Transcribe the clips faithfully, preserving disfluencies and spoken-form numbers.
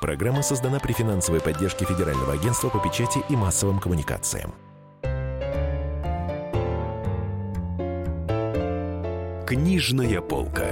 Программа создана при финансовой поддержке Федерального агентства по печати и массовым коммуникациям. Книжная полка.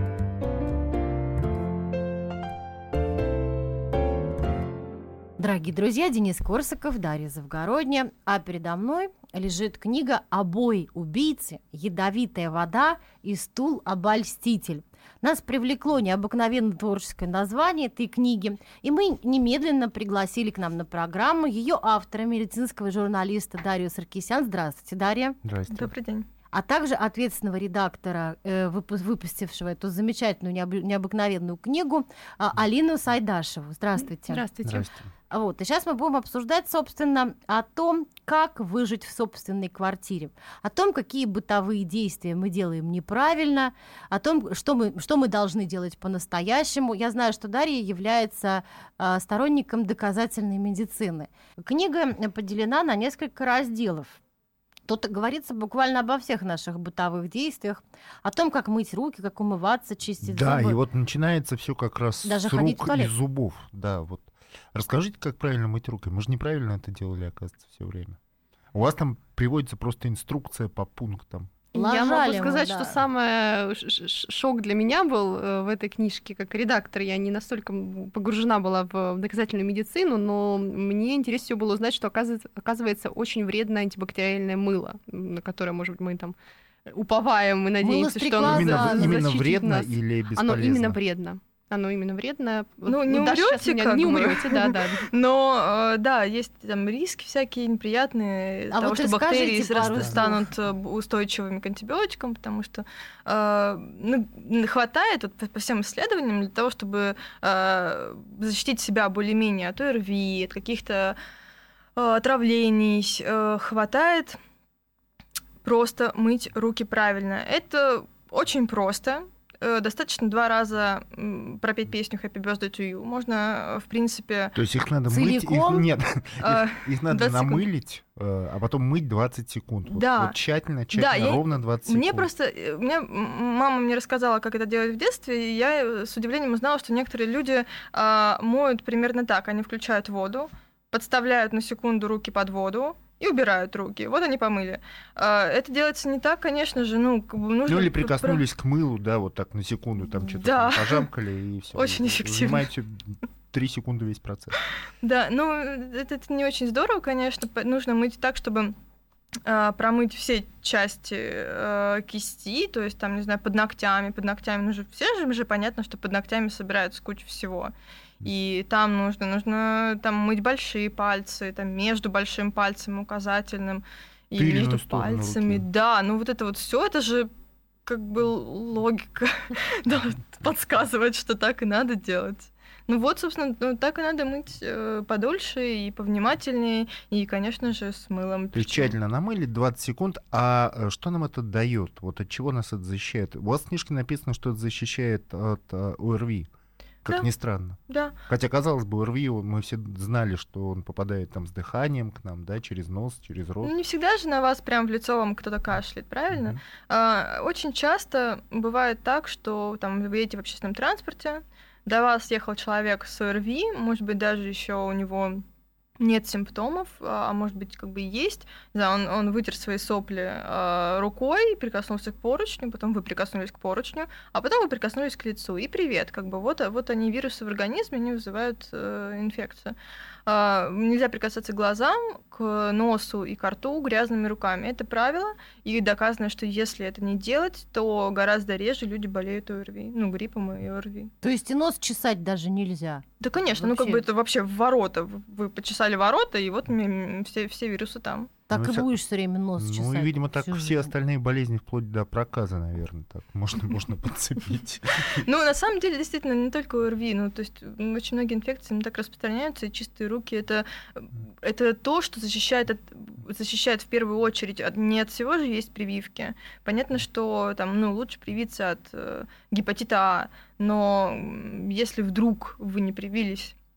Дорогие друзья, Денис Корсаков, Дарья Завгородня, а передо мной лежит книга «Обои убийцы. Ядовитая вода и стул-обольститель». Нас привлекло необыкновенно творческое название этой книги, и мы немедленно пригласили к нам на программу ее автора, медицинского журналиста Дарью Саркисян. Здравствуйте, Дарья. Здравствуйте. Добрый день. А также ответственного редактора, э, выпустившего эту замечательную, необы- необыкновенную книгу, э, Алину Сайдашеву. Здравствуйте. Здравствуйте. Здравствуйте. Вот, и сейчас мы будем обсуждать, собственно, о том, как выжить в собственной квартире, о том, какие бытовые действия мы делаем неправильно, о том, что мы, что мы должны делать по-настоящему. Я знаю, что Дарья является э, сторонником доказательной медицины. Книга поделена на несколько разделов. Тут говорится буквально обо всех наших бытовых действиях, о том, как мыть руки, как умываться, чистить Да, зубы. и вот начинается все как раз Даже с ходить в рук и туалет. зубов. Да, вот. Расскажите, как правильно мыть руки. Мы же неправильно это делали, оказывается, все время. У вас там приводится просто инструкция по пунктам. Я Лажали могу мы, сказать, да. что самый шок для меня был э, в этой книжке, как редактор, я не настолько погружена была в доказательную медицину, но мне интересно всего было узнать, что оказывается, оказывается очень вредное антибактериальное мыло, на которое, может быть, мы там уповаем и надеемся, что оно Именно, за- именно защитит вредно нас. или бесполезно? Оно именно вредно. Оно именно вредно. Ну, Вот, не Даша сейчас умрёте, меня- как Не бы. умрете, да, да. Но, э, да, есть там риски всякие неприятные А того, вот что бактерии расскажите пару срас- слов. станут э, устойчивыми к антибиотикам, потому что э, ну, хватает вот, по, по всем исследованиям для того, чтобы э, защитить себя более-менее от ОРВИ, от каких-то э, отравлений, э, хватает просто мыть руки правильно. Это очень просто. Э, Достаточно два раза м, пропеть песню Happy Birthday to You. Можно, э, в принципе... То есть их надо мыть, Целиком? их, нет, э, их, их надо двадцать секунд. намылить, э, а потом мыть двадцать секунд. Вот, Да. вот тщательно, тщательно, Да, я- ровно двадцать секунд. Мне просто... э, Мне м- мама мне рассказала, как это делать в детстве, и я э, с удивлением узнала, что некоторые люди а, моют примерно так. Они включают воду, подставляют на секунду руки под воду и убирают руки. Вот они помыли. А, это делается не так, конечно же. Ну, как бы нужно... Ну или пр- прикоснулись к мылу, да, вот так на секунду, там что-то Да. там пожамкали, и все. Очень эффективно. Занимаете три секунды весь процесс. Да, ну это, это не очень здорово, конечно. П- Нужно мыть так, чтобы а, промыть все части э, кисти, то есть там, не знаю, под ногтями, под ногтями. Ну же, все же, же понятно, что под ногтями собираются куча всего. И там нужно, нужно там мыть большие пальцы, там между большим пальцем, указательным, и Тыльную между сторону пальцами. руки. Да, ну вот это вот все, это же как бы логика да, подсказывает, что так и надо делать. Ну вот, собственно, ну, так и надо мыть э, подольше и повнимательнее, и, конечно же, с мылом. То есть тщательно намыли двадцать секунд, а э, что нам это дает? Вот от чего нас это защищает? У вас в книжке написано, что это защищает от э, ОРВИ, как Да. ни странно. Да. Хотя, казалось бы, ОРВИ, мы все знали, что он попадает там с дыханием к нам, да, через нос, через рот. Ну, не всегда же на вас прям в лицо вам кто-то кашляет, правильно? Мгм. А, очень часто бывает так, что там вы едете в общественном транспорте, до вас ехал человек с ОРВИ, может быть, даже еще у него нет симптомов, а может быть, как бы и есть. Да, он, он вытер свои сопли э, рукой, прикоснулся к поручню, потом вы прикоснулись к поручню, а потом вы прикоснулись к лицу. И привет, как бы вот, вот они, вирусы в организме, они вызывают э, инфекцию. Э, нельзя прикасаться к глазам, к носу и к рту грязными руками. Это правило, и доказано, что если это не делать, то гораздо реже люди болеют ОРВИ, ну, гриппом и ОРВИ. То есть и нос чесать даже нельзя. Да, конечно, ну как Вообще. бы это вообще в ворота. Вы почесали ворота, и вот м, все, все вирусы там. Так Ну, и вся- будешь все время нос Ну, чесать. и, видимо, так всю все жизнь. остальные болезни, вплоть до проказа, наверное, так можно, можно подцепить. Ну, на самом деле, действительно, не только ОРВИ, ну, то есть м, очень многие инфекции не так распространяются, и чистые руки это, это то, что защищает, от, защищает в первую очередь от, не от всего же есть прививки. Понятно, что там, ну, лучше привиться от э, гепатита А, но м, если вдруг вы не привились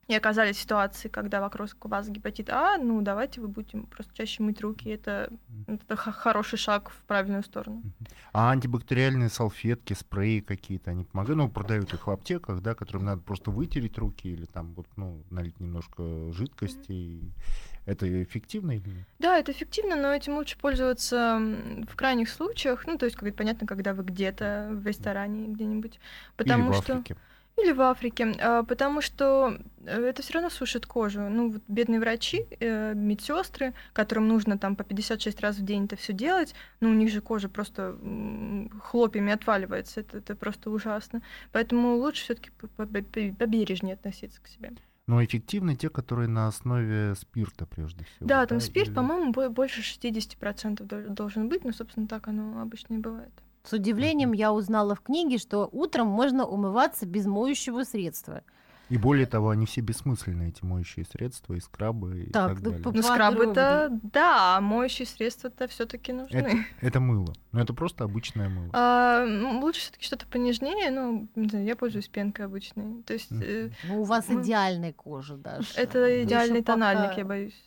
и оказались в ситуации, когда вокруг вас гепатит А, ну, давайте вы будете просто чаще мыть руки. Это, это х- хороший шаг в правильную сторону. А антибактериальные салфетки, спреи какие-то, они помогают? Ну, продают их в аптеках, да, которым надо просто вытереть руки или там вот, ну, налить немножко жидкости. И это эффективно или нет? Да, это эффективно, но этим лучше пользоваться м, в крайних случаях. Ну, то есть, как понятно, когда вы где-то в ресторане где-нибудь. Потому или в что... Африке? Или в Африке, а, потому что это все равно сушит кожу. Ну, вот бедные врачи, э, медсестры, которым нужно там по пятьдесят шесть раз в день это все делать, ну, у них же кожа просто м, хлопьями отваливается, это, это просто ужасно. Поэтому лучше все-таки побережнее относиться к себе. Но эффективны те, которые на основе спирта, прежде всего. Да, там спирт, или- по-моему, бо- больше шестьдесят процентов дол- должен быть, но, собственно, так оно обычно и бывает. С удивлением я узнала в книге, что утром можно умываться без моющего средства. И более того, они все бессмысленные, эти моющие средства, и скрабы, и Так, так, ну, далее. по- Ну, скраб Подробнее. это, да, а моющие средства-то все-таки нужны. Это, это мыло. Но это просто обычное мыло. А, ну, лучше все-таки что-то понежнее, ну, не знаю, я пользуюсь пенкой обычной. То есть Мгм. э, Ну, у вас Мы- идеальная кожа, Даша. это Вы идеальный ещё пока- тональник, я боюсь.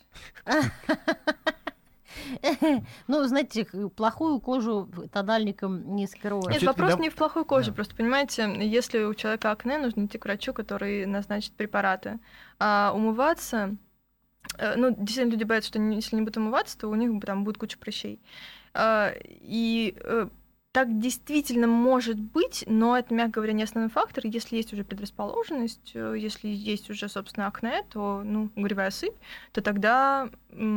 Ну, знаете, к- плохую кожу тональником не скроешь. Нет, всё-таки вопрос да- не в плохой коже, да. просто понимаете, если у человека акне, нужно идти к врачу, который назначит препараты. А умываться, э, ну, действительно, люди боятся, что не- если не будут умываться, то у них там будет куча прыщей. А, И э, так действительно может быть, но это, мягко говоря, не основной фактор. Если есть уже предрасположенность, э, если есть уже, собственно, акне, то, ну, угревая сыпь, то тогда,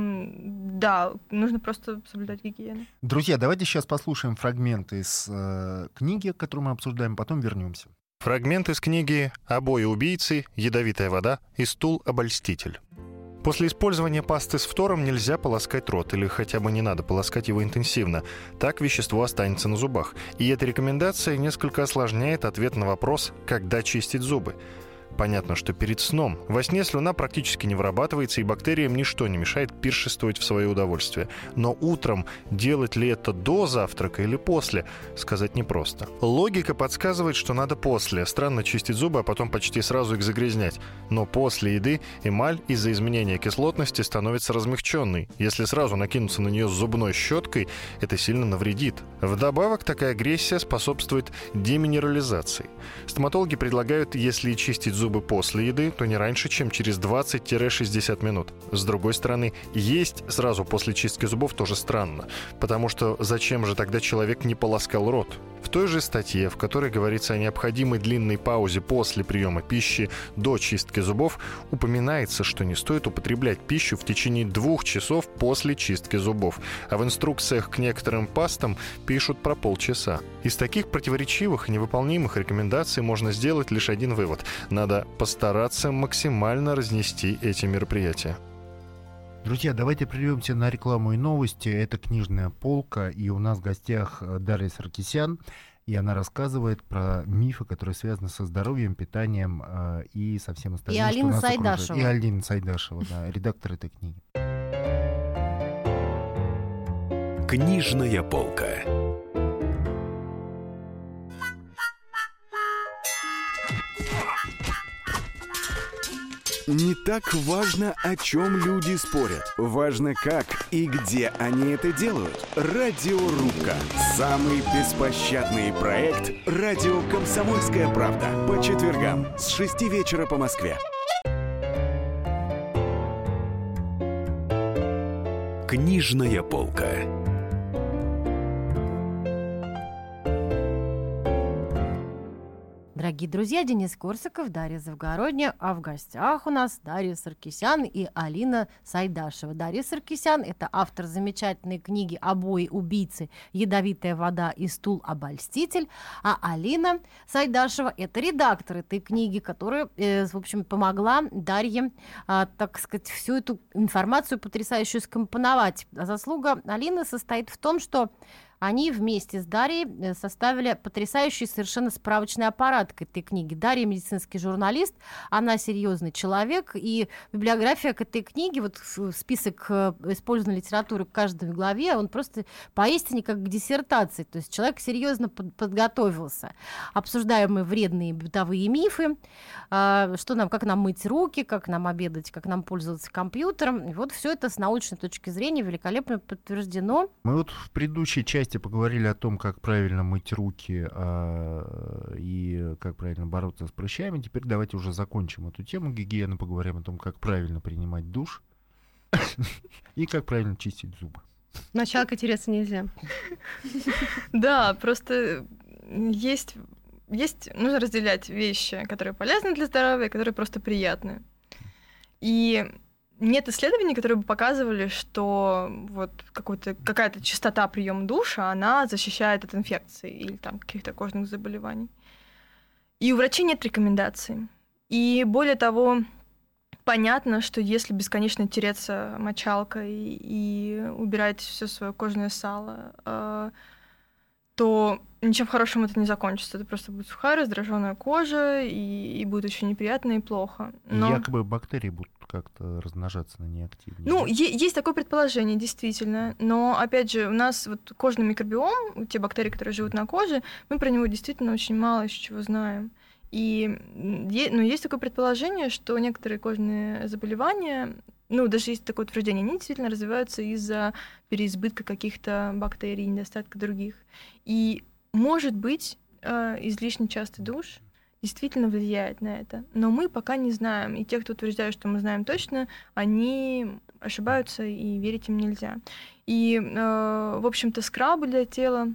м, да, нужно просто соблюдать гигиену. Друзья, давайте сейчас послушаем фрагмент из э, книги, которую мы обсуждаем, потом вернемся. Фрагмент из книги «Обои убийцы», «Ядовитая вода» и «Стул-обольститель». После использования пасты с фтором нельзя полоскать рот, или хотя бы не надо полоскать его интенсивно. Так вещество останется на зубах. И эта рекомендация несколько осложняет ответ на вопрос, когда чистить зубы. Понятно, что перед сном во сне слюна практически не вырабатывается, и бактериям ничто не мешает пиршествовать в свое удовольствие. Но утром делать ли это до завтрака или после, сказать непросто. Логика подсказывает, что надо после. Странно чистить зубы, а потом почти сразу их загрязнять. Но после еды эмаль из-за изменения кислотности становится размягченной. Если сразу накинуться на нее с зубной щеткой, это сильно навредит. Вдобавок, такая агрессия способствует деминерализации. Стоматологи предлагают, если чистить зубы после еды, то не раньше, чем через двадцать-шестьдесят минут. С другой стороны, есть сразу после чистки зубов тоже странно, потому что зачем же тогда человек не полоскал рот? В той же статье, в которой говорится о необходимой длинной паузе после приема пищи до чистки зубов, упоминается, что не стоит употреблять пищу в течение двух часов после чистки зубов, а в инструкциях к некоторым пастам пишут про полчаса. Из таких противоречивых и невыполнимых рекомендаций можно сделать лишь один вывод – надо постараться максимально разнести эти мероприятия. Друзья, давайте прервемся на рекламу и новости. Это «Книжная полка», и у нас в гостях э, Дарья Саркисян, и она рассказывает про мифы, которые связаны со здоровьем, питанием э, и со всем остальным, И что Алина нас окружает. Сайдашева. И Алина Сайдашева, да, редактор этой книги. Книжная полка. Не так важно, о чем люди спорят. Важно, как и где они это делают. Радиорубка. Самый беспощадный проект «Радио Комсомольская правда». По четвергам с шести вечера по Москве. Книжная полка. Дорогие друзья, Денис Корсаков, Дарья Завгородняя, а в гостях у нас Дарья Саркисян и Алина Сайдашева. Дарья Саркисян – это автор замечательной книги «Обои убийцы. Ядовитая вода и стул-обольститель», а Алина Сайдашева – это редактор этой книги, которая, э, в общем, помогла Дарье, э, так сказать, всю эту информацию потрясающую скомпоновать. А заслуга Алины состоит в том, что они вместе с Дарьей составили потрясающий совершенно справочный аппарат к этой книге. Дарья медицинский журналист, она серьезный человек, и библиография к этой книге, вот список использованной литературы к каждой главе, он просто поистине как к диссертации, то есть человек серьезно подготовился. Обсуждаемые вредные бытовые мифы, что нам, как нам мыть руки, как нам обедать, как нам пользоваться компьютером. И вот все это с научной точки зрения великолепно подтверждено. Мы вот в предыдущей части поговорили о том, как правильно мыть руки а, и как правильно бороться с прыщами. Теперь давайте уже закончим эту тему гигиены, поговорим о том, как правильно принимать душ и как правильно чистить зубы. Началка теряться нельзя. Да, просто есть, есть, нужно разделять вещи, которые полезны для здоровья, и которые просто приятны. И нет исследований, которые бы показывали, что вот какой-то, какая-то частота приема душа, она защищает от инфекций или там каких-то кожных заболеваний. И у врачей нет рекомендаций. И более того, понятно, что если бесконечно тереться мочалкой и убирать все свое кожное сало, э, то ничем хорошим это не закончится. Это просто будет сухая, раздраженная кожа, и, и будет очень неприятно и плохо. Но... Якобы бактерии будут как-то размножаться на неактивнее. Ну, е- есть такое предположение, действительно. Но, опять же, у нас вот кожный микробиом, те бактерии, которые живут на коже, мы про него действительно очень мало еще чего знаем. И е- ну, есть такое предположение, что некоторые кожные заболевания, ну, даже есть такое утверждение, они действительно развиваются из-за переизбытка каких-то бактерий, недостатка других. И, может быть, э, излишне частый душ действительно влияет на это. Но мы пока не знаем. И те, кто утверждают, что мы знаем точно, они ошибаются, и верить им нельзя. И, э, в общем-то, скрабы для тела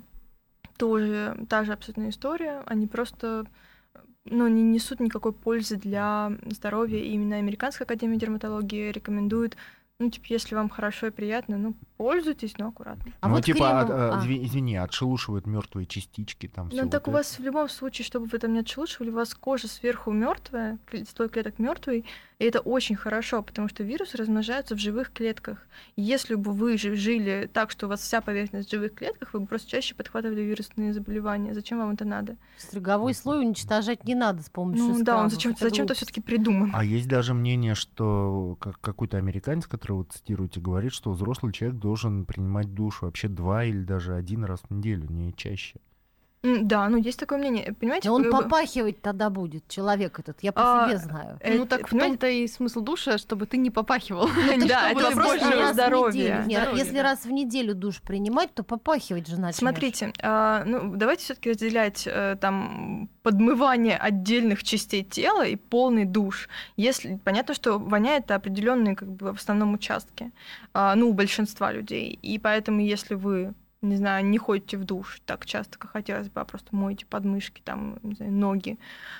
тоже та же абсолютная история. Они просто... но не несут никакой пользы для здоровья. И именно Американская академия дерматологии рекомендует, ну, типа, если вам хорошо и приятно, ну, пользуйтесь, но аккуратно. А ну, вот типа, кремом- от- а, а. изви- извини, отшелушивают мертвые частички там. Ну, так у вас в любом случае, чтобы вы там не отшелушивали, у вас кожа сверху мертвая, слой клеток мертвый, и это очень хорошо, потому что вирусы размножаются в живых клетках. И если бы вы же жили так, что у вас вся поверхность в живых клетках, вы бы просто чаще подхватывали вирусные заболевания. Зачем вам это надо? Строговой слой уничтожать не надо с помощью Ну да, он скрабов. зачем-то, Это зачем-то глупость. все-таки придуман. А есть даже мнение, что как- какой-то американец, которого вы цитируете, говорит, что взрослый человек должен принимать душ вообще два или даже один раз в неделю, не чаще. М, Да, ну есть такое мнение. Понимаете, Да он как бы, попахивать тогда будет, человек этот, я по А, себе знаю. э, Ну так в понимаете, том-то и смысл душа, чтобы ты не попахивал. да, это чтобы вопрос больше про раз в здоровье. неделю. Нет, Здоровье, если да. раз в неделю душ принимать, то попахивать же начнешь. Смотрите, а, ну давайте все-таки разделять э, там подмывание отдельных частей тела и полный душ. Если понятно, что воняет определенные как бы в основном участки, а, ну у большинства людей, и поэтому если вы не знаю, не ходите в душ так часто, как хотелось бы, а просто моете подмышки, там, не знаю, ноги,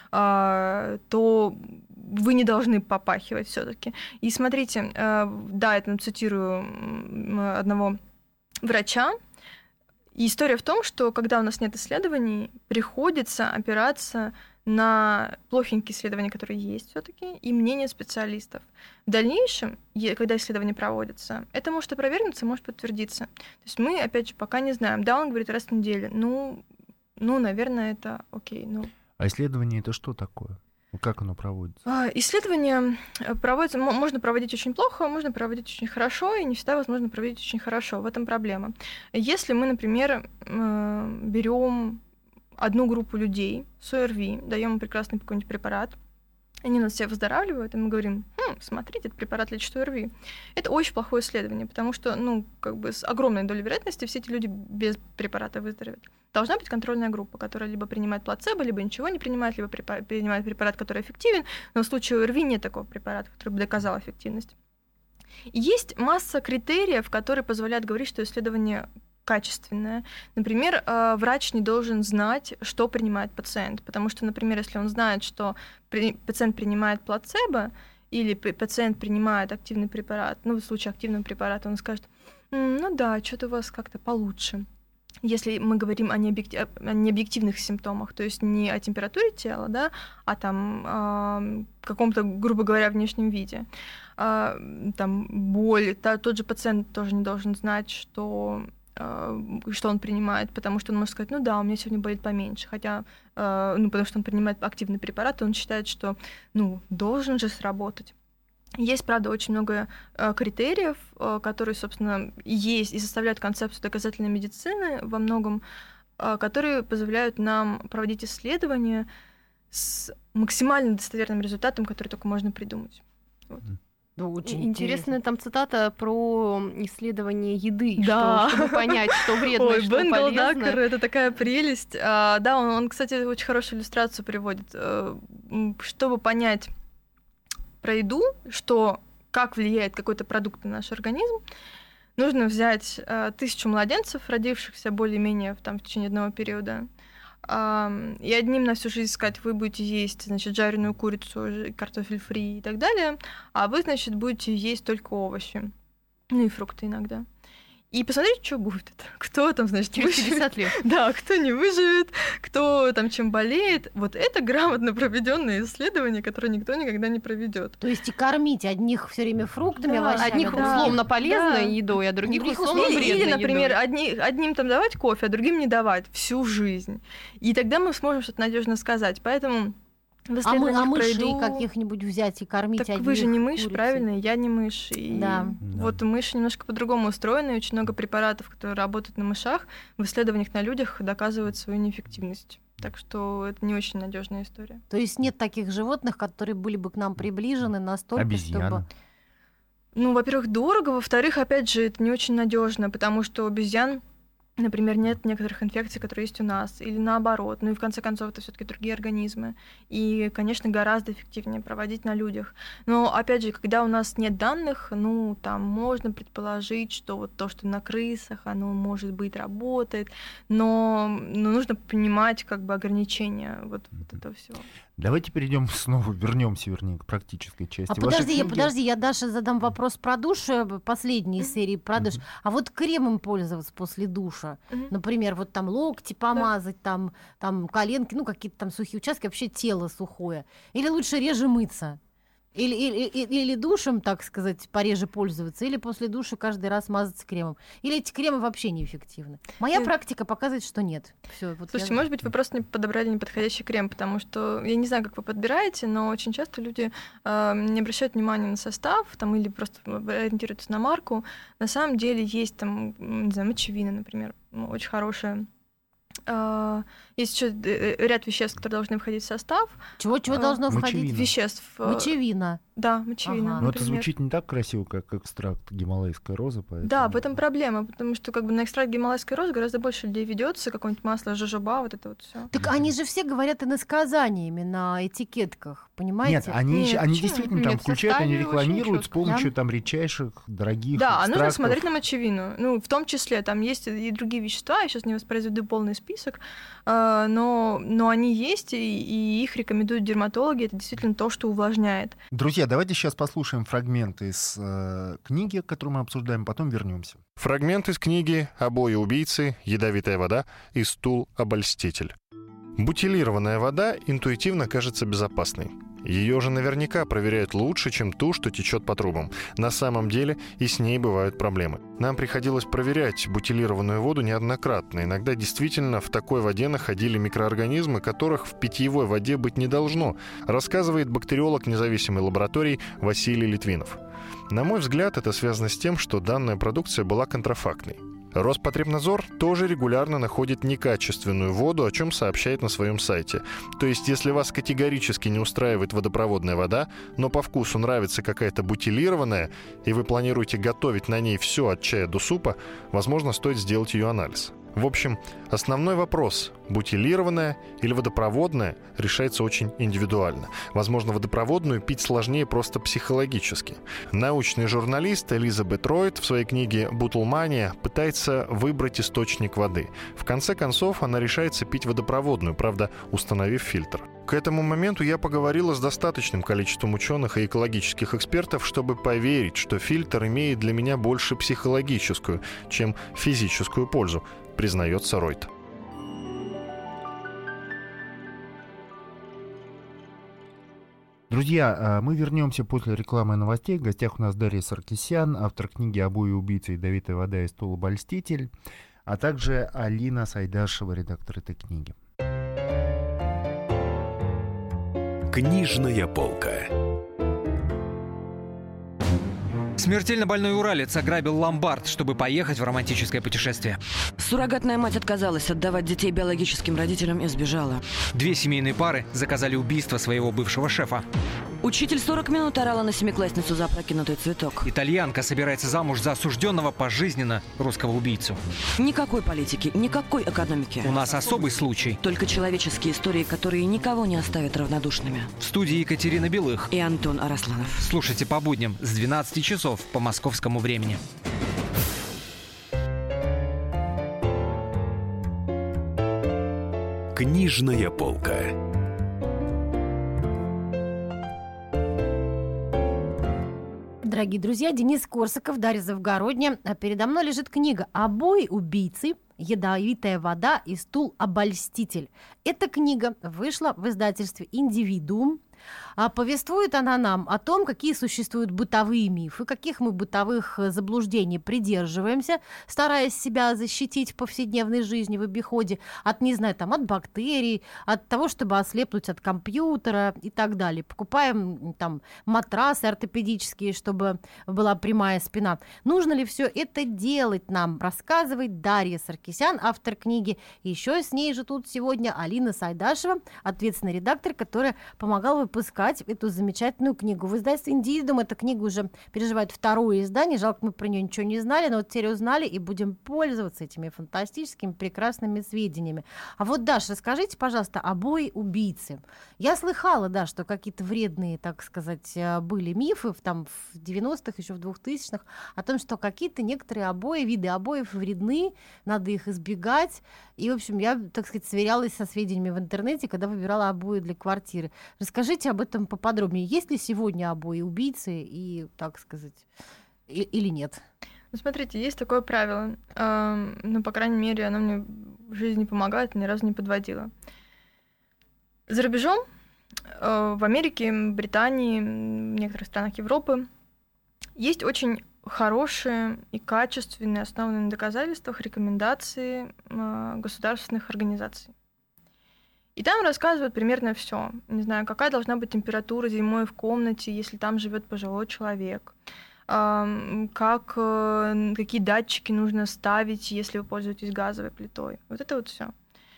а, то вы не должны попахивать все-таки. И смотрите, а, да, я там цитирую м, одного врача. И история в том, что когда у нас нет исследований, приходится опираться на плохенькие исследования, которые есть все-таки, и мнение специалистов. В дальнейшем, е- когда исследования проводятся, это может опровергнуться, может подтвердиться. То есть мы, опять же, пока не знаем. Да, он говорит раз в неделю. Ну, ну, наверное, это окей. Ну. А исследование это что такое? Ну, как оно проводится? А, Исследования проводятся, мо- можно проводить очень плохо, можно проводить очень хорошо, и не всегда возможно проводить очень хорошо. В этом проблема. Если мы, например, берем одну группу людей с ОРВИ, даем им прекрасный какой-нибудь препарат, они нас все выздоравливают, и мы говорим, хм, смотрите, этот препарат лечит ОРВИ. Это очень плохое исследование, потому что, ну, как бы с огромной долей вероятности все эти люди без препарата выздоровеют. Должна быть контрольная группа, которая либо принимает плацебо, либо ничего не принимает, либо препа- принимает препарат, который эффективен, но в случае ОРВИ нет такого препарата, который бы доказал эффективность. И есть масса критериев, которые позволяют говорить, что исследование качественное. Например, э, врач не должен знать, что принимает пациент, потому что, например, если он знает, что при- пациент принимает плацебо или п- пациент принимает активный препарат, ну, в случае активного препарата, он скажет, «М, ну да, что-то у вас как-то получше. Если мы говорим о, необъекти- о необъективных симптомах, то есть не о температуре тела, да, а там э, каком-то, грубо говоря, внешнем виде, э, там боль, та- тот же пациент тоже не должен знать, что что он принимает, потому что он может сказать, ну да, у меня сегодня болит поменьше, хотя, ну, потому что он принимает активный препарат, и он считает, что, ну, должен же сработать. Есть, правда, очень много критериев, которые, собственно, есть и составляют концепцию доказательной медицины во многом, которые позволяют нам проводить исследования с максимально достоверным результатом, который только можно придумать. Вот. Ну, очень интересная интересно. там цитата про исследование еды, Да. что, чтобы понять, что вредно, Ой, что Бен полезно. Голдакер, это такая прелесть. А, да, он, он, кстати, очень хорошую иллюстрацию приводит. А, чтобы понять про еду, что, как влияет какой-то продукт на наш организм, нужно взять а, тысячу младенцев, родившихся более-менее в, там, в течение одного периода, а, и одним на всю жизнь сказать, вы будете есть, значит, жареную курицу, картофель фри и так далее, а вы, значит, будете есть только овощи, ну и фрукты иногда. И посмотрите, что будет. Кто там, значит, Через выживет. пятьдесят лет. Да, кто не выживет, кто там чем болеет. Вот это грамотно проведенное исследование, которое никто никогда не проведет. То есть и кормить одних все время фруктами, Да, овощами. Одних да. условно полезной Да. едой, а других Других условно условно Или, вредной или, например, едой. одни, одним там давать кофе, а другим не давать всю жизнь. И тогда мы сможем что-то надежно сказать. Поэтому в А, мы, исследованиях а про мышей еду- каких-нибудь взять и кормить Так одних вы же не мышь, курицей? правильно? Я не мышь. И Да. вот мыши немножко по-другому устроены, и очень много препаратов, которые работают на мышах, в исследованиях на людях доказывают свою неэффективность. Так что это не очень надежная история. То есть нет таких животных, которые были бы к нам приближены настолько, Обезьяна. чтобы... Ну, во-первых, дорого, во-вторых, опять же, это не очень надежно, потому что у обезьян, например, нет некоторых инфекций, которые есть у нас, или наоборот. Ну и в конце концов, это все-таки другие организмы. И, конечно, гораздо эффективнее проводить на людях. Но, опять же, когда у нас нет данных, ну, там можно предположить, что вот то, что на крысах, оно, может быть, работает, но, но нужно понимать, как бы, ограничения вот, вот этого всего. Давайте перейдем снова, вернемся, вернее, к практической части. А Ваши подожди, я, книги- подожди, я Даше задам вопрос про душ, э, последней серии про душ. А вот кремом пользоваться после душа, Мгм. например, вот там локти помазать, там, там коленки, ну какие-то там сухие участки, вообще тело сухое. Или лучше реже мыться? Или, или, или, или душем, так сказать, пореже пользоваться, или после душа каждый раз мазаться кремом. Или эти кремы вообще неэффективны. Моя Нет. практика показывает, что нет. Всё, вот Слушайте, я- может быть, вы просто не подобрали неподходящий крем, потому что я не знаю, как вы подбираете, но очень часто люди э, не обращают внимания на состав там, или просто ориентируются на марку. На самом деле есть там, м, не знаю, мочевина, например, ну, очень хорошая. Э, есть еще ряд веществ, которые должны входить в состав. Чего, чего А, должно мочевина. входить? Веществ. э, Мочевина. Да, мочевина. Ага. Но это например. звучит не так красиво, как экстракт гималайской розы, поэтому... Да, в этом проблема, потому что как бы на экстракт гималайской розы гораздо больше людей ведется, какое-нибудь масло жожоба, вот это вот все. Так они же все говорят иносказаниями на этикетках, понимаете? Нет, они, Нет, еще- они почему? действительно там Нет, в включают, они составе очень рекламируют с чётко. помощью Да? там редчайших, дорогих Да, а нужно экстрактов. смотреть на мочевину. Ну, в том числе, там есть и другие вещества, я сейчас не воспроизведу полный список, а, но, но они есть, и, и их рекомендуют дерматологи. Это действительно то, что увлажняет. Друзья, давайте сейчас послушаем фрагмент из э, книги, которую мы обсуждаем, потом вернемся. Фрагмент из книги «Обои убийцы. Ядовитая вода» и «Стул-обольститель». Бутилированная вода интуитивно кажется безопасной. Ее же наверняка проверяют лучше, чем ту, что течет по трубам. На самом деле и с ней бывают проблемы. Нам приходилось проверять бутилированную воду неоднократно. Иногда действительно в такой воде находили микроорганизмы, которых в питьевой воде быть не должно, рассказывает бактериолог независимой лаборатории Василий Литвинов. На мой взгляд, это связано с тем, что данная продукция была контрафактной. Роспотребнадзор тоже регулярно находит некачественную воду, о чем сообщает на своем сайте. То есть, если вас категорически не устраивает водопроводная вода, но по вкусу нравится какая-то бутилированная, и вы планируете готовить на ней все от чая до супа, возможно, стоит сделать ее анализ. В общем, основной вопрос – бутилированная или водопроводная – решается очень индивидуально. Возможно, водопроводную пить сложнее просто психологически. Научный журналист Элизабет Ройд в своей книге «Бутлмания» пытается выбрать источник воды. В конце концов, она решается пить водопроводную, правда, установив фильтр. К этому моменту я поговорила с достаточным количеством ученых и экологических экспертов, чтобы поверить, что фильтр имеет для меня больше психологическую, чем физическую пользу, признается Ройд. Друзья, мы вернемся после рекламы и новостей. В гостях у нас Дарья Саркисян, автор книги «Обои убийцы. Ядовитая вода» и «Стул-обольститель». а также Алина Сайдашева, редактор этой книги. Книжная полка. Смертельно больной уралец ограбил ломбард, чтобы поехать в романтическое путешествие. Суррогатная мать отказалась отдавать детей биологическим родителям и сбежала. Две семейные пары заказали убийство своего бывшего шефа. Учитель сорок минут орала на семиклассницу за опрокинутый цветок. Итальянка собирается замуж за осужденного пожизненно русского убийцу. Никакой политики, никакой экономики. У нас особый случай. Только человеческие истории, которые никого не оставят равнодушными. В студии Екатерина Белых и Антон Арасланов. Слушайте по будням с двенадцати часов по московскому времени. Книжная полка. Дорогие друзья, Денис Корсаков, Дарья Завгородняя. А передо мной лежит книга «Обои убийцы. Ядовитая вода и стул-обольститель». Эта книга вышла в издательстве «Индивидуум». А повествует она нам о том, какие существуют бытовые мифы, каких мы бытовых заблуждений придерживаемся, стараясь себя защитить в повседневной жизни, в обиходе от, не знаю, там, от бактерий, от того, чтобы ослепнуть от компьютера и так далее. Покупаем там матрасы ортопедические, чтобы была прямая спина. Нужно ли все это делать нам, рассказывает Дарья Саркисян, автор книги. И еще с ней же тут сегодня Алина Сайдашева, ответственный редактор, которая помогала выпускать эту замечательную книгу. В издательстве «Индивидуум» эта книга уже переживает второе издание. Жалко, мы про нее ничего не знали, но вот теперь узнали и будем пользоваться этими фантастическими, прекрасными сведениями. А вот, Даш, расскажите, пожалуйста, «Обои убийцы». Я слыхала, да, что какие-то вредные, так сказать, были мифы в, там, в девяностых, еще в двухтысячных, о том, что какие-то некоторые обои, виды обоев вредны, надо их избегать. И, в общем, я, так сказать, сверялась со сведениями в интернете, когда выбирала обои для квартиры. Расскажите об этом поподробнее. Есть ли сегодня обои убийцы и, так сказать, и, или нет? Ну, смотрите, есть такое правило. Э, ну, по крайней мере, оно мне в жизни помогает, ни разу не подводило. За рубежом, э, в Америке, Британии, в некоторых странах Европы есть очень хорошие и качественные, основанные на доказательствах, рекомендации э, государственных организаций. И там рассказывают примерно все. Не знаю, какая должна быть температура зимой в комнате, если там живет пожилой человек. Как, какие датчики нужно ставить, если вы пользуетесь газовой плитой. Вот это вот все.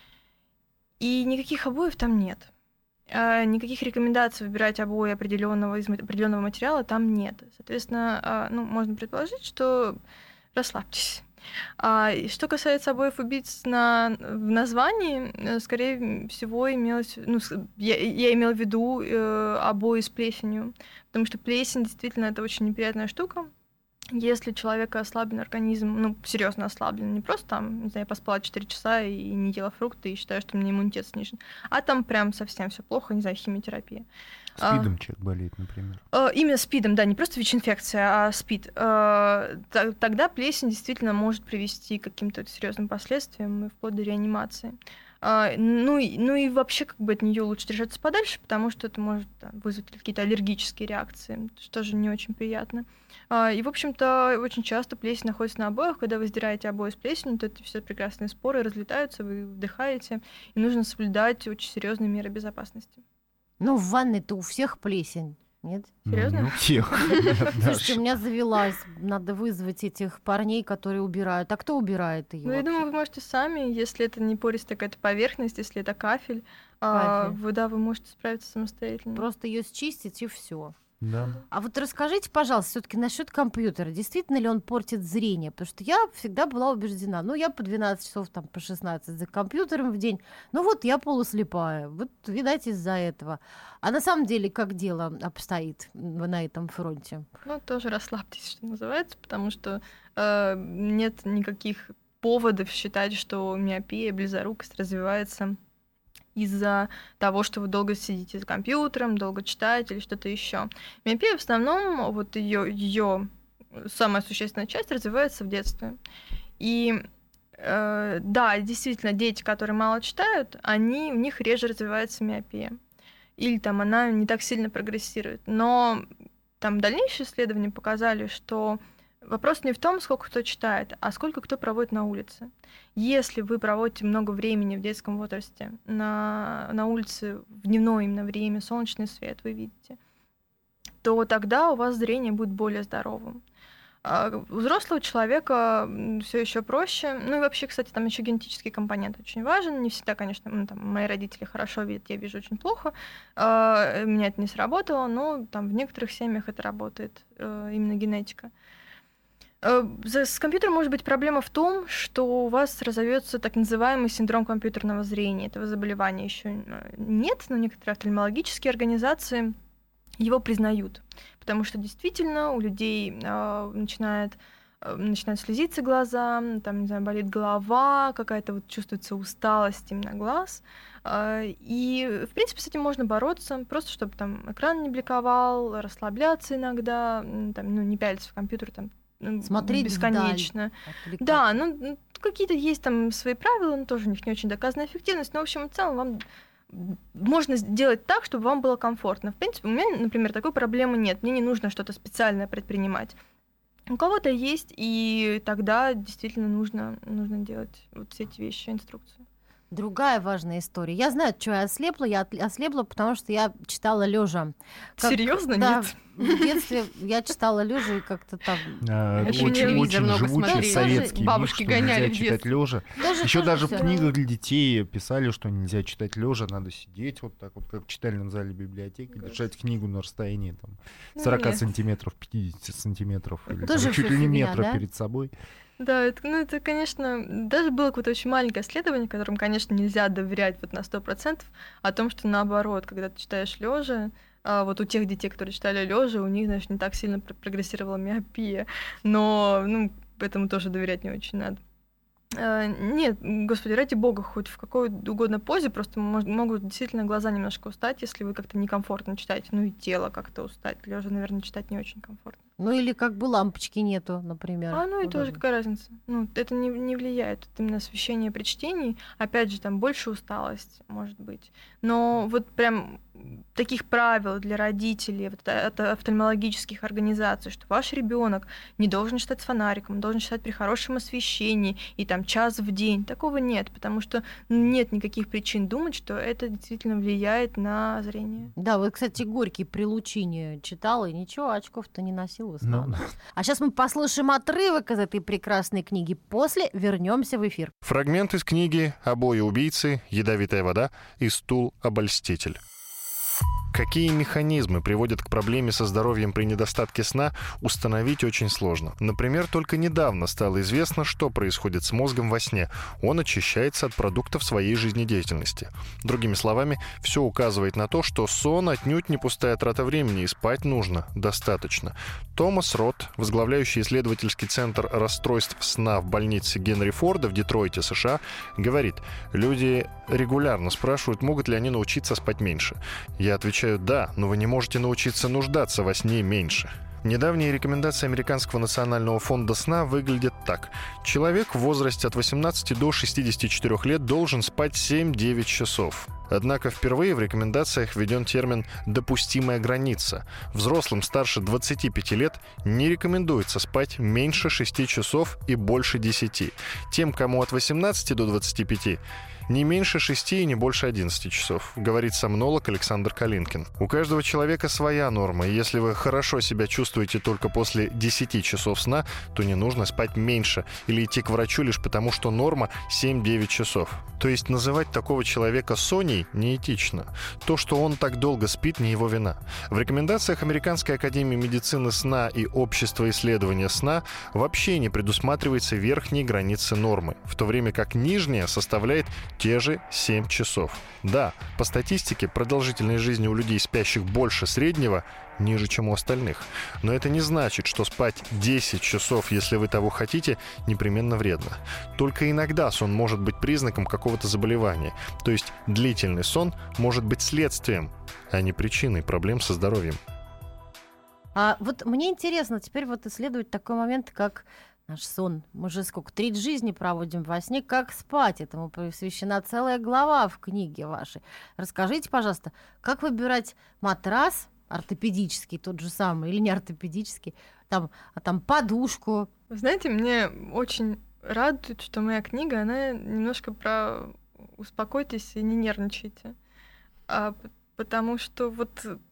И никаких обоев там нет. Никаких рекомендаций выбирать обои определенного, из определенного материала там нет. Соответственно, ну, можно предположить, что расслабьтесь. А, что касается обоев убийц на, в названии, скорее всего, имелось, ну, я, я имела в виду э, обои с плесенью, потому что плесень действительно это очень неприятная штука. Если у человека ослаблен организм, ну, серьезно ослаблен, не просто там, не знаю, я поспала четыре часа и не ела фрукты и считаю, что у меня иммунитет снижен, а там прям совсем все плохо, не знаю, химиотерапия. СПИДом а, человек болеет, например. А, именно СПИДом, да, не просто ВИЧ-инфекция, а СПИД. А, т- тогда плесень действительно может привести к каким-то серьезным последствиям и вплоть до реанимации. А, ну, и, ну и вообще как бы от нее лучше держаться подальше, потому что это может да, вызвать какие-то аллергические реакции, что же не очень приятно. А, и, в общем-то, очень часто плесень находится на обоях. Когда вы сдираете обои с плесенью, то эти все прекрасные споры разлетаются, вы вдыхаете, и нужно соблюдать очень серьезные меры безопасности. Ну, в ванной-то у всех плесень, нет? Серьезно? Ну, у всех. Слушайте, у меня завелась. Надо вызвать этих парней, которые убирают. А кто убирает ее? Ну, я думаю, вы можете сами, если это не пористая какая-то поверхность, если это кафель, а, вы, да, вы можете справиться самостоятельно. Просто ее счистить и все. Да. А вот расскажите, пожалуйста, все-таки насчет компьютера. Действительно ли он портит зрение? Потому что я всегда была убеждена, ну, я по двенадцать часов, там, по шестнадцать за компьютером в день. Ну, вот я полуслепая. Вот, видать, из-за этого. А на самом деле, как дело обстоит на этом фронте? Ну, тоже расслабьтесь, что называется, потому что э, нет никаких поводов считать, что миопия, близорукость развивается из-за того, что вы долго сидите за компьютером, долго читаете или что-то еще. Миопия в основном, вот ее, ее самая существенная часть развивается в детстве. И э, да, действительно, дети, которые мало читают, они, у них реже развивается миопия. Или там она не так сильно прогрессирует. Но там дальнейшие исследования показали, что Вопрос не в том, сколько кто читает, а сколько кто проводит на улице. Если вы проводите много времени в детском возрасте на, на улице в дневное именно время, солнечный свет вы видите, то тогда у вас зрение будет более здоровым. А у взрослого человека все еще проще. Ну и вообще, кстати, там еще генетический компонент очень важен. Не всегда, конечно, ну, там, мои родители хорошо видят, я вижу очень плохо. Uh, у меня это не сработало, но там в некоторых семьях это работает, uh, именно генетика. Uh, с компьютером может быть проблема в том, что у вас разовьется так называемый синдром компьютерного зрения. Этого заболевания еще нет, но некоторые офтальмологические организации его признают, потому что действительно у людей э, начинает, э, начинают слезиться глаза, там, не знаю, болит голова, какая-то вот чувствуется усталость именно глаз. Э, и, в принципе, с этим можно бороться, просто чтобы там экран не бликовал, расслабляться иногда, там, ну, не пялиться в компьютер там, смотреть бесконечно. Вдаль, да, ну, какие-то есть там свои правила, но тоже у них не очень доказана эффективность, но, в общем и целом, вам можно сделать так, чтобы вам было комфортно. В принципе, у меня, например, такой проблемы нет. Мне не нужно что-то специальное предпринимать. У кого-то есть, и тогда действительно нужно, нужно делать вот все эти вещи, инструкцию. Другая важная история. Я знаю, что я ослепла. Я ослепла, потому что я читала лежа. Серьезно, да, нет? В детстве я читала лежа и как-то там. А, Еще очень телевизор очень много живучий смотрели. советский Бабушки миф, что гоняли нельзя в читать детстве. лежа. Тоже, Еще тоже даже всё. в книгах для детей писали, что нельзя читать лежа, надо сидеть вот так вот, как в читальном зале библиотеки, держать книгу на расстоянии там, сорок Нет. сантиметров, пятьдесят сантиметров, или Тоже там, чуть всё ли не фигня, метра да? перед собой. Да, это, ну это, конечно, даже было какое-то очень маленькое исследование, которым, конечно, нельзя доверять вот на сто процентов, о том, что наоборот, когда ты читаешь лежа, вот у тех детей, которые читали лежа, у них, значит, не так сильно прогрессировала миопия, но, ну, этому тоже доверять не очень надо. Нет, господи, ради бога, хоть в какой угодно позе, просто мож- могут действительно глаза немножко устать, если вы как-то некомфортно читаете, ну и тело как-то устать. Лежа, наверное, читать не очень комфортно. Ну или как бы лампочки нету, например. А, ну и тоже удобно. какая разница? Ну, это не, не влияет. Это именно освещение при чтении. Опять же, там больше усталость, может быть. Но вот прям таких правил для родителей, вот от офтальмологических организаций, что ваш ребенок не должен читать с фонариком, должен читать при хорошем освещении и там час в день. Такого нет, потому что нет никаких причин думать, что это действительно влияет на зрение. Да, вот, кстати, Горький при Лучине читал, и ничего, очков-то не носил в Ну, основном. А сейчас мы послушаем отрывок из этой прекрасной книги. После вернемся в эфир. Фрагмент из книги «Обои убийцы», «Ядовитая вода» и «Стул-обольститель». Какие механизмы приводят к проблеме со здоровьем при недостатке сна, установить очень сложно. Например, только недавно стало известно, что происходит с мозгом во сне. Он очищается от продуктов своей жизнедеятельности. Другими словами, все указывает на то, что сон отнюдь не пустая трата времени, и спать нужно достаточно. Томас Рот, возглавляющий исследовательский центр расстройств сна в больнице Генри Форда в Детройте, США, говорит, люди регулярно спрашивают, могут ли они научиться спать меньше. Я отвечаю, да, но вы не можете научиться нуждаться во сне меньше. Недавние рекомендации Американского национального фонда сна выглядят так. Человек в возрасте от восемнадцати до шестидесяти четырёх лет должен спать семь-девять часов. Однако впервые в рекомендациях введен термин «допустимая граница». Взрослым старше двадцати пяти лет не рекомендуется спать меньше шести часов и больше десяти. Тем, кому от восемнадцати до двадцати пяти, не меньше шести и не больше одиннадцати часов, говорит сомнолог Александр Калинкин. У каждого человека своя норма, и если вы хорошо себя чувствуете только после десяти часов сна, то не нужно спать меньше или идти к врачу лишь потому, что норма семь-девять часов. То есть называть такого человека Соней неэтично. То, что он так долго спит, не его вина. В рекомендациях Американской академии медицины сна и Общества исследования сна вообще не предусматривается верхней границы нормы, в то время как нижняя составляет те же семь часов. Да, по статистике, продолжительность жизни у людей, спящих больше среднего, ниже, чем у остальных. Но это не значит, что спать десять часов, если вы того хотите, непременно вредно. Только иногда сон может быть признаком какого-то заболевания. То есть длительный сон может быть следствием, а не причиной проблем со здоровьем. А вот мне интересно теперь вот исследовать такой момент, как наш сон. Мы же сколько, треть жизни проводим во сне. Как спать? Этому посвящена целая глава в книге вашей. Расскажите, пожалуйста, как выбирать матрас ортопедический, тот же самый, или не ортопедический, там, а там подушку. Вы знаете, мне очень радует, что моя книга, она немножко про успокойтесь и не нервничайте. А, потому что вот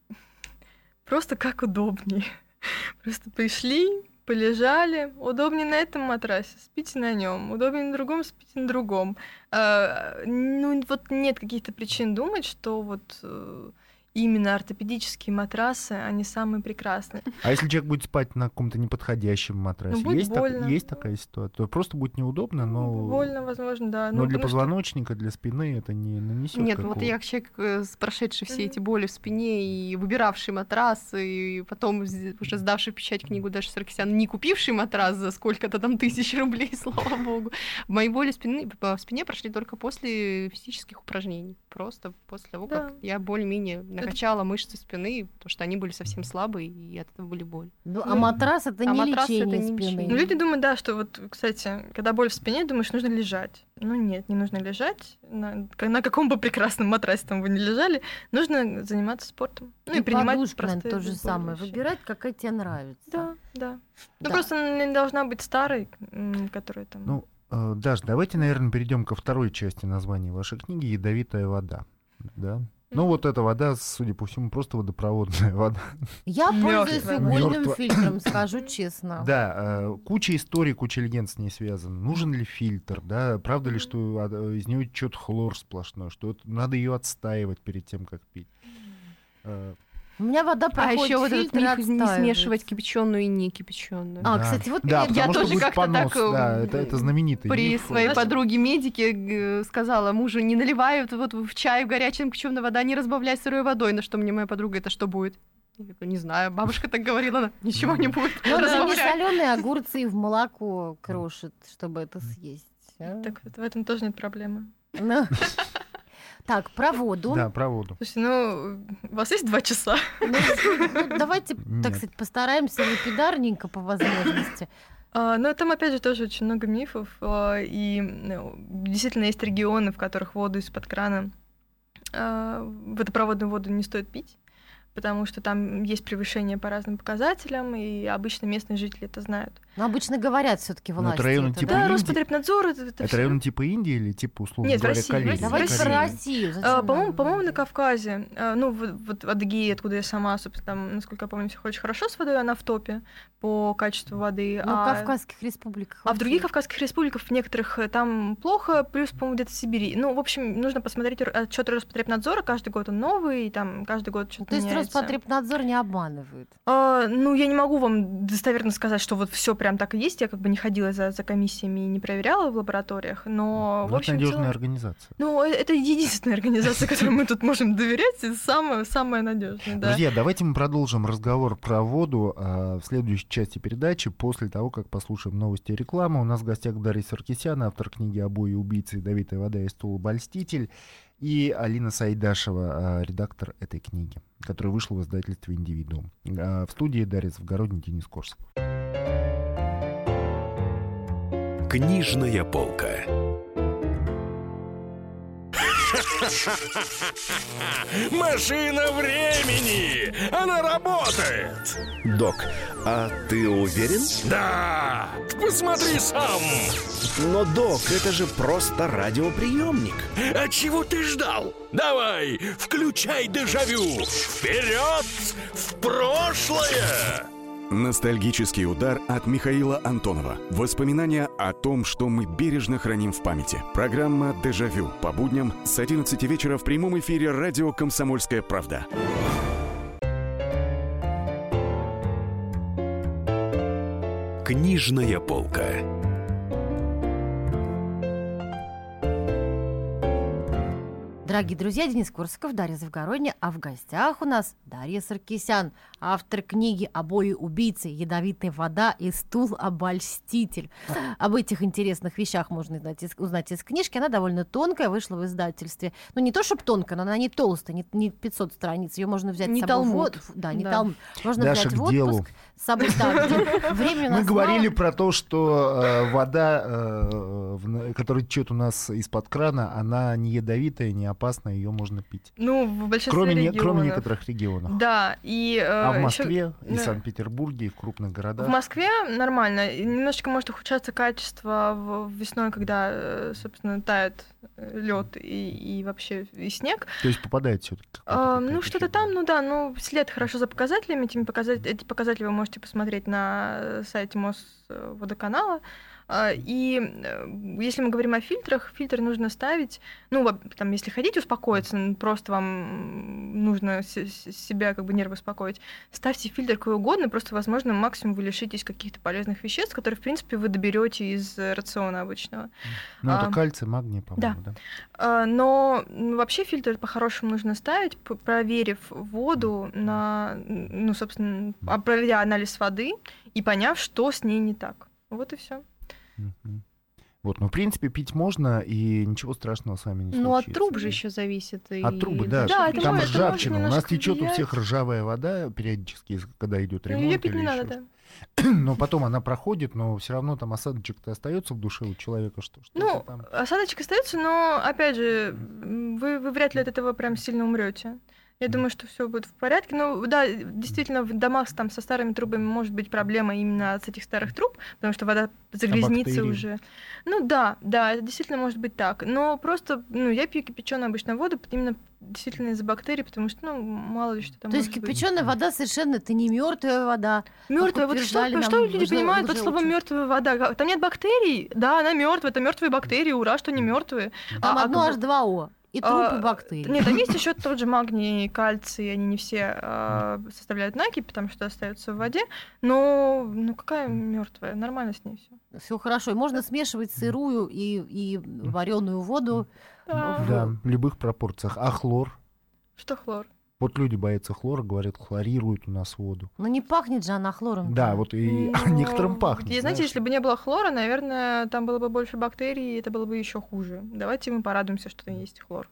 просто как удобнее. Просто пришли, полежали, удобнее на этом матрасе, спите на нем, удобнее на другом, спите на другом. А, ну вот нет каких-то причин думать, что вот именно ортопедические матрасы, они самые прекрасные. А если человек будет спать на каком-то неподходящем матрасе? Ну, будет есть, больно. Так, есть такая ситуация? Просто будет неудобно, но... Больно, возможно, да. Но ну, для ну, позвоночника, для спины это не нанесет. Нет, какого... вот я как человек, прошедший все эти боли в спине и выбиравший матрас, и потом уже сдавший в печать книгу Даши Саркисян, не купивший матрас за сколько-то там тысяч рублей, слава богу. Мои боли спины, в спине прошли только после физических упражнений. Просто после того, да. как я более-менее накачала мышцы спины, потому что они были совсем слабые, и от этого были боли. Ну, а матрас это а не матрас лечение это не спины. лечение. Ну, люди думают, да, что вот, кстати, когда боль в спине, думаешь, нужно лежать. Ну, нет, не нужно лежать. На, на каком бы прекрасном матрасе там вы не лежали, нужно заниматься спортом. Ну, и, и принимать подушку, простые наверное, то же самое. обезболивающие. Выбирать, какая тебе нравится. Да, да. Ну, Да. просто она не должна быть старой, м, которая там... Ну, э, Даш, давайте, наверное, перейдем ко второй части названия вашей книги «Ядовитая вода». Да? Ну, вот эта вода, судя по всему, просто водопроводная вода. Я пользуюсь Мёртвая. угольным Мёртва- фильтром, скажу честно. Да, э, куча историй, куча легенд с ней связана. Нужен ли фильтр, да? Правда ли, что а, из нее течет хлор сплошной, что это, надо ее отстаивать перед тем, как пить? Э, У меня вода А проходит еще вот этот фильтр и миф не отстаивается. смешивать кипяченую и не кипяченую. А, да. кстати, вот да, я- потому я что тоже будет как-то понос, так, да, э, это, это знаменитый При миф. своей Знаешь, подруге-медике э, сказала мужу, не наливай вот, вот в чай в горячем кипяченая вода, не разбавляй сырой водой. На что мне моя подруга, это что будет? Я говорю, не знаю, бабушка так говорила, она, ничего не будет. Ну, она не разбавлять». соленые огурцы в молоко крошит, чтобы это съесть. а? Так вот в этом тоже нет проблемы. Ну. Так, про воду. Да, про воду. Слушайте, ну, у вас есть два часа? Ну, ну, давайте, так Нет. сказать, постараемся лапидарненько по возможности. А, ну, там, опять же, тоже очень много мифов. а, И ну, действительно есть регионы, в которых воду из-под крана, а, водопроводную воду не стоит пить, потому что там есть превышение по разным показателям, и обычно местные жители это знают. Но обычно говорят все-таки Ну, власти. это районы это, типа да? Да, Индии? Роспотребнадзор, это, это Это всё. район типа Индии или типа, условно Нет, в говоря, России, в Калининград? России. Давайте в про России. Россию. Зачем А, нам по-моему, по-моему, на Индия? Кавказе, а, ну, вот, вот в Адыгее, откуда я сама, собственно, там, насколько я помню, все очень хорошо с водой, она в топе по качеству воды. Ну, в а, Кавказских республиках. а в других вообще. кавказских республиках, в некоторых э, там плохо, плюс, по-моему, где-то в Сибири. Ну, в общем, нужно посмотреть отчет Роспотребнадзора, каждый год он новый, и там каждый год что-то То есть меняется. Роспотребнадзор не обманывает. А, ну, я не могу вам достоверно сказать, что вот все прям так и есть. Я как бы не ходила за, за комиссиями и не проверяла в лабораториях, но, в Ну, это общем, в надежная целом- организация. Ну, э- это единственная организация, которой мы тут можем доверять, и самая, самая надежная, да. Друзья, давайте мы продолжим разговор про воду а, в следующей части передачи, после того, как послушаем новости и рекламу. У нас в гостях Дарья Саркисян, автор книги «Обои убийцы. Ядовитая вода и стул обольститель», и Алина Саидашева, а, редактор этой книги, которая вышла в издательстве «Индивидуум». А, в студии Дарья Завгородний, Денис Корсаков. Книжная полка. Машина времени! Она работает! Док, а ты уверен? Да! Посмотри сам! Но, док, это же просто радиоприемник. А чего ты ждал? Давай, включай дежавю! Вперед! В прошлое! Ностальгический удар от Михаила Антонова. Воспоминания о том, что мы бережно храним в памяти. Программа «Дежавю» по будням с одиннадцати вечера в прямом эфире радио «Комсомольская правда». Книжная полка. Дорогие друзья, Денис Корсаков, Дарья Завгородняя, а в гостях у нас Дарья Саркисян, автор книги «Обои убийцы. Ядовитая вода и стул обольститель». Об этих интересных вещах можно узнать из, узнать из книжки. Она довольно тонкая, вышла в издательстве. Ну, не то, чтобы тонкая, но она не толстая, не, не пятьсот страниц. Ее можно взять Не с собой в талмуд. отпуск. Да, не Да. талмуд. Можно Даша, взять в к делу. отпуск с собой так. Время у нас Мы говорили мало. про то, что э, вода, э, в- которая течет у нас из-под крана, она не ядовитая, не опасная, ее можно пить. Ну, в большинстве Кроме, не- регионов. кроме некоторых регионов. Да, и... э, А в ещё- Москве, и да. Санкт-Петербурге, и в крупных городах. В Москве нормально. И немножечко может ухудшаться качество в- весной, когда, э, собственно, тает лед и, и вообще и снег. То есть попадает все-таки. А, ну, что-то там, ну да, ну, след хорошо за показателями. Этими показат- Эти показатели вы можете посмотреть на сайте Мосводоканала. А, И э, если мы говорим о фильтрах, фильтр нужно ставить, ну, во- там, если хотите успокоиться, н- просто вам нужно с- с- себя, как бы, нервы успокоить, ставьте фильтр какой угодно, просто, возможно, максимум вы лишитесь каких-то полезных веществ, которые, в принципе, вы доберете из э, рациона обычного. Ну, это а, кальций, магний, по-моему, да? А, Но м, вообще фильтр по-хорошему нужно ставить, п- проверив воду на, ну, собственно, а, проведя анализ воды и поняв, что с ней не так. Вот и все. Мгм. Вот, ну, в принципе, пить можно, и ничего страшного с вами не Ну, от случится. труб же еще зависит. и- От трубы, да. Да, это Там может- это ржавчина. может У нас немножко течет у всех влиять. ржавая вода периодически, когда идет ремонт. Ее пить или не ещё надо, да. что-то. Но потом она проходит, но все равно там осадочек-то остается в душе у человека, что что Ну, там. осадочек остается, но опять же, м, вы, вы вряд ли от этого прям сильно умрете. Я думаю, что все будет в порядке. Ну, да, действительно, в домах там со старыми трубами может быть проблема именно с этих старых труб, потому что вода загрязнится бактерии? уже. Ну да, да, это действительно может быть так. Но просто, ну, я пью кипяченую обычно воду именно действительно из-за бактерий, потому что, ну, мало ли что там То есть может быть. кипяченая вода совершенно это не мертвая вода. Мертвая, вот что, утверждали что нам люди уже- понимают под уже словом очень. мертвая вода? Га- Там нет бактерий? Да, она мертвая, это мертвые бактерии, ура, что не мертвые. Там А- а одно как эйч бы- два о и А, трупы бактерий. Нет, там есть еще тот же магний, кальций, они не все а, составляют накипь, потому что остаются в воде. Но ну какая мертвая, нормально с ней все. Все хорошо. И можно смешивать сырую и, и вареную воду. Да. Да, в любых пропорциях. А хлор? Что хлор? Вот люди боятся хлора, говорят, хлорируют у нас воду. Но не пахнет же она хлором. Да, вот и Ну, некоторым пахнет. И, знаете, знаешь. если бы не было хлора, наверное, там было бы больше бактерий, и это было бы еще хуже. Давайте мы порадуемся, что там есть хлор.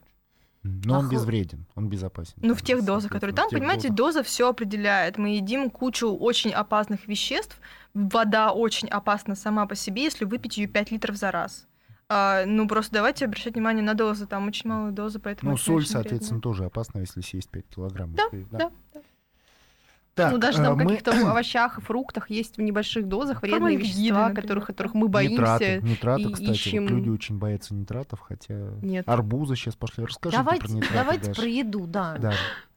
Но он А хло- безвреден, он безопасен. Ну, в тех дозах, которые там, В тех понимаете, дозах. доза все определяет. Мы едим кучу очень опасных веществ. Вода очень опасна сама по себе, если выпить ее пять литров за раз. А, ну, просто давайте обращать внимание на дозы. Там очень малые дозы, поэтому Ну, это соль, очень соответственно, вредно. тоже опасна, если съесть пять килограмм. Да, Если- да, да. Так, ну, даже э, там в мы- каких-то овощах и фруктах есть в небольших дозах вредные Формальдегиды, вещества, например, которых, да. которых мы боимся. Нитраты, нитраты, и кстати. ищем- Вот люди очень боятся нитратов, хотя Нет. арбузы сейчас пошли. Расскажите Давайте, про нитраты, давайте Даша. про еду, да. Да.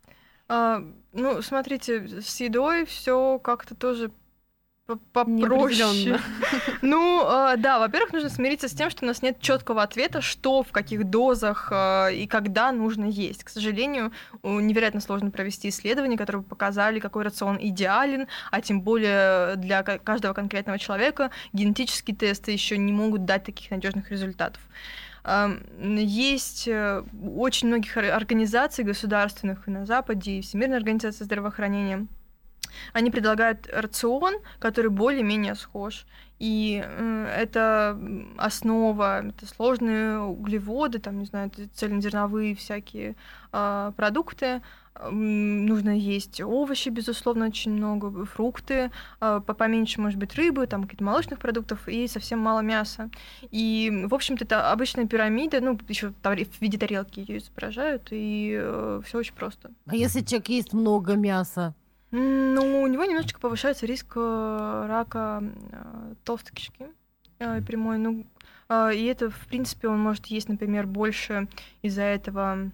А, ну, смотрите, с едой все как-то тоже по- попроще. Неопределённо. Ну, а, да, во-первых, нужно смириться с тем, что у нас нет четкого ответа, что в каких дозах а, и когда нужно есть. К сожалению, у- невероятно сложно провести исследования, которые бы показали, какой рацион идеален, а тем более для ка- каждого конкретного человека генетические тесты еще не могут дать таких надежных результатов. Ам, Есть э, очень многих ор- организаций государственных и на Западе, и Всемирная организация здравоохранения. Они предлагают рацион, который более-менее схож. И э, это основа, это сложные углеводы, там, не знаю, это цельнозерновые всякие э, продукты. М, Нужно есть овощи, безусловно, очень много, фрукты, э, по- поменьше, может быть, рыбы, там, каких-то молочных продуктов и совсем мало мяса. И, в общем-то, это обычная пирамида, ну, еще в виде тарелки ее изображают, и все очень просто. А если человек ест много мяса? Ну, у него немножечко повышается риск э, рака э, толстой кишки э, прямой. Ну, э, и это, в принципе, он может есть, например, больше из-за этого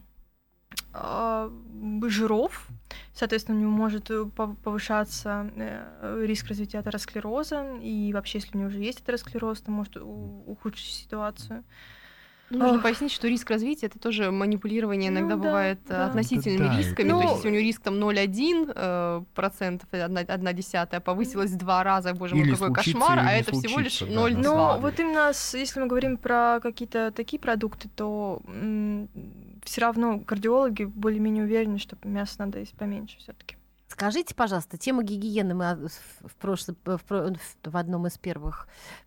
э, жиров. Соответственно, у него может э, пов- повышаться э, риск развития атеросклероза. И вообще, если у него уже есть атеросклероз, то может у- ухудшить ситуацию. Ну, нужно Ох. пояснить, что риск развития это тоже манипулирование иногда Ну да, бывает э, да. относительными Да, рисками. это То есть, да. если у него риск там ноль целых один десятых э, процентов, одна, одна десятая, повысилась в два раза, боже мой, Или какой случится, кошмар, или а не это всего лишь случится, да. ноль целых Но два. вот именно с- если мы говорим про какие-то такие продукты, то все равно кардиологи более-менее уверены, что мясо надо есть поменьше все-таки. Скажите, пожалуйста, тема гигиены мы а, в, прошлый, в, про- в одном из первых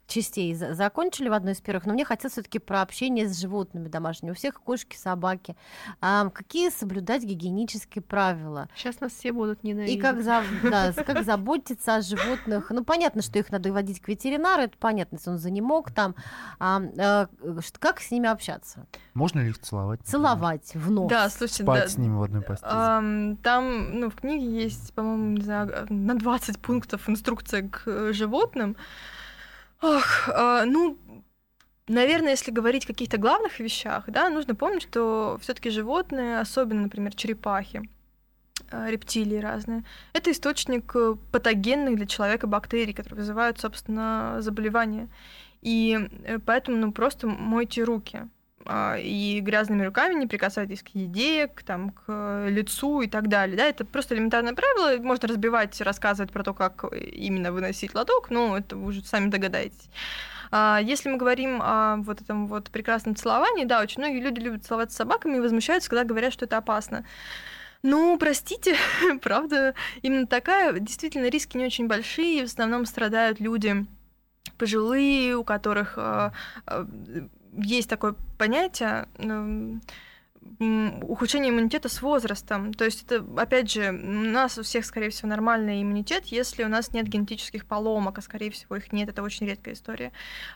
частей за- закончили в одной из первых, но мне хотелось все-таки про общение с животными домашними. У всех кошки, собаки. А, какие соблюдать гигиенические правила? Сейчас нас все будут ненавидеть. И как, за, да, как заботиться о животных. Ну, понятно, что их надо водить к ветеринару, это понятно, если он занемог там. А, а, ш- как с ними общаться? Можно ли их целовать? например? Целовать в нос. Да, слушайте, Спать да, с ними в одной постели. ам, там, ну, в книге есть, по-моему, не знаю, на двадцать пунктов инструкция к э, животным. Ох, а, ну, наверное, если говорить о каких-то главных вещах, да, нужно помнить, что все-таки животные, особенно, например, черепахи, э, рептилии разные, это источник э, патогенных для человека бактерий, которые вызывают, собственно, заболевания. И э, поэтому, ну, просто мойте руки. А, и грязными руками не прикасайтесь к еде, к, там, к лицу и так далее. Да? Это просто элементарное правило. Можно разбивать, рассказывать про то, как именно выносить лоток, но это вы уже сами догадаетесь. А, если мы говорим о вот этом вот прекрасном целовании, да, очень многие люди любят целоваться с собаками и возмущаются, когда говорят, что это опасно. Ну, простите, правда, именно такая. Действительно, риски не очень большие. В основном страдают люди пожилые, у которых э, э, есть такое понятие э, ухудшение иммунитета с возрастом. То есть это, опять же, у нас у всех, скорее всего, нормальный иммунитет, если у нас нет генетических поломок, а, скорее всего, их нет. Это очень редкая история.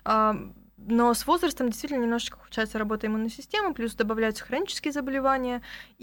Но с возрастом действительно немножечко ухудшается работа иммунной системы, плюс добавляются хронические заболевания,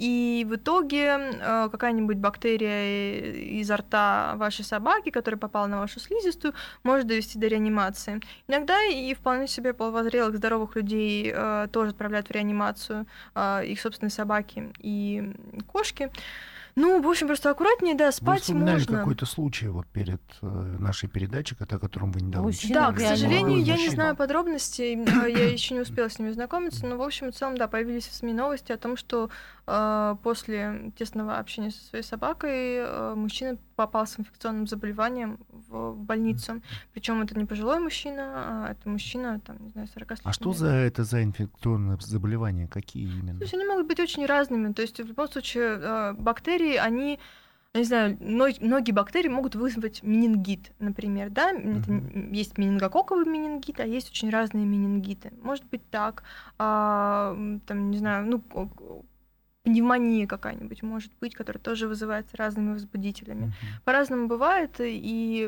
и в итоге какая-нибудь бактерия изо рта вашей собаки, которая попала на вашу слизистую, может довести до реанимации. Иногда и вполне себе половозрелых здоровых людей тоже отправляют в реанимацию, их собственные собаки и кошки. Ну, в общем, просто аккуратнее, да, спать вы вспоминали можно. Какой-то случай вот перед э, нашей передачей, о котором вы недавно... Да, к сожалению, я не мужчина. знаю подробностей, я еще не успела с ними знакомиться, но, в общем и целом, да, появились в СМИ новости о том, что э, после тесного общения со своей собакой э, мужчина попал с инфекционным заболеванием в, в больницу. Причем это не пожилой мужчина, а это мужчина, там, не знаю, сорок с лишним А что лет. за это за инфекционные заболевания? Какие именно? То есть они могут быть очень разными. То есть в любом случае э, бактерии, они, я не знаю, но- многие бактерии могут вызвать менингит, например, да? Это м, есть менингококковый менингит, а есть очень разные менингиты. Может быть так, а, м, там, не знаю, ну, ко- ко- пневмония какая-нибудь может быть, которая тоже вызывается разными возбудителями. По-разному бывает, и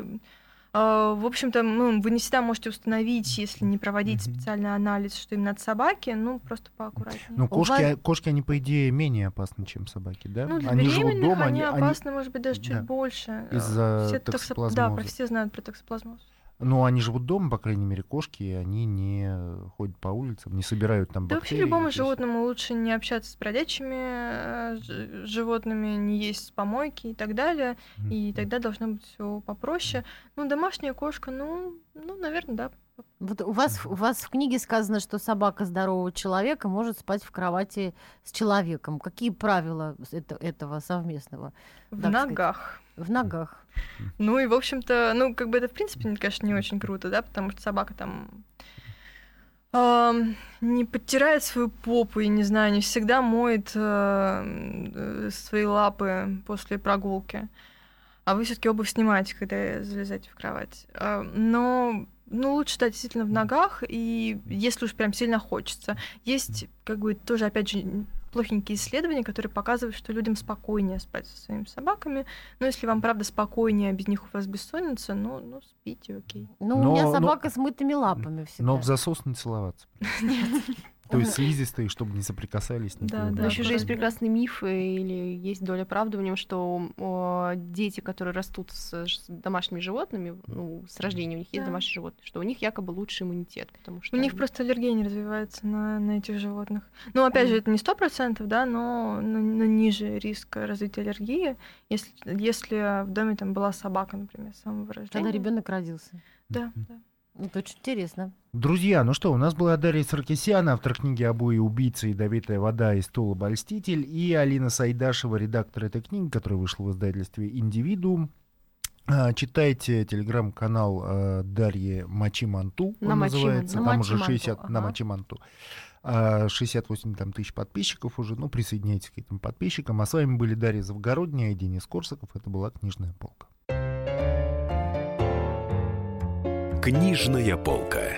э, в общем-то, ну, вы не всегда можете установить, если не проводить специальный анализ, что именно от собаки, ну, просто поаккуратнее. Ну, У кошки, вас- а- кошки, они, по идее, менее опасны, чем собаки, да? Ну, для они живут беременных дома, они они, опасны, может быть, даже чуть да, больше. Э, из-за все токсо- токсоплазмоза. Да, про- все знают про токсоплазмоз. Ну, они живут дома, по крайней мере, кошки, и они не ходят по улицам, не собирают там Да бактерии. вообще любому то есть- животному лучше не общаться с бродячими э, ж- животными, не есть с помойки и так далее, и тогда должно быть все попроще. Ну, домашняя кошка, ну, ну, наверное, да. Вот у вас, у вас в книге сказано, что собака здорового человека может спать в кровати с человеком. Какие правила с это- этого совместного? В так сказать? ногах. В ногах. Ну и, в общем-то, ну, как бы это, в принципе, конечно, не очень круто, да, потому что собака там ам, не подтирает свою попу, и, не знаю, не всегда моет э, э, свои лапы после прогулки. А вы все таки обувь снимаете, когда залезаете в кровать. А, Но, ну, лучше, да, действительно в ногах, и если уж прям сильно хочется. Есть, как бы, тоже, опять же, плохенькие исследования, которые показывают, что людям спокойнее спать со своими собаками. Но если вам, правда, спокойнее, а без них у вас бессонница, ну, ну спите, окей. Ну, у меня собака с мытыми лапами всегда. Но в засос не целоваться. То есть слизистые, чтобы не соприкасались. никуда. Но еще же есть прекрасный миф или есть доля правды в нем, что о, дети, которые растут с, с домашними животными, ну, с рождения у них есть Да. домашние животные, что у них якобы лучший иммунитет, потому что У них они- просто аллергия не развивается на, на этих животных. Ну, опять же, это не сто процентов, да, но, но, но ниже риск развития аллергии, если, если в доме там была собака, например, с самого рождения. Когда ребенок родился. Да, да. Это очень интересно. Друзья, ну что, у нас была Дарья Саркисян, автор книги «Обои убийцы. Ядовитая вода» и «Стул обольститель», и Алина Сайдашева, редактор этой книги, которая вышла в издательстве «Индивидуум». А, Читайте телеграм-канал а, Дарьи Мачи-Манту, он На Мачи называется, Манту. там На уже Мачи-Манту, шестьдесят, на ага. Мачи-Манту. А, шестьдесят восемь там, тысяч подписчиков уже, ну, присоединяйтесь к этим подписчикам. А с вами были Дарья Завгородняя и Денис Корсаков, это была «Книжная полка». Книжная полка.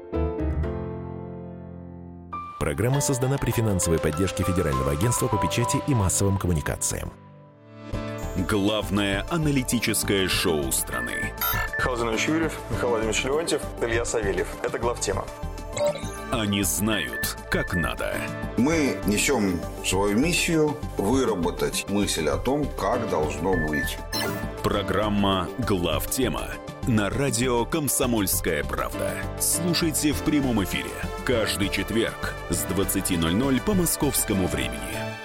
Программа создана при финансовой поддержке Федерального агентства по печати и массовым коммуникациям. Главное аналитическое шоу страны. Михаил Владимирович Юрьев, Михаил Владимирович Леонтьев, Илья Савельев. Это главтема. Они знают, как надо. Мы несем свою миссию выработать мысль о том, как должно быть. Программа «Главтема» на радио «Комсомольская правда». Слушайте в прямом эфире каждый четверг с двадцати ноль-ноль по московскому времени.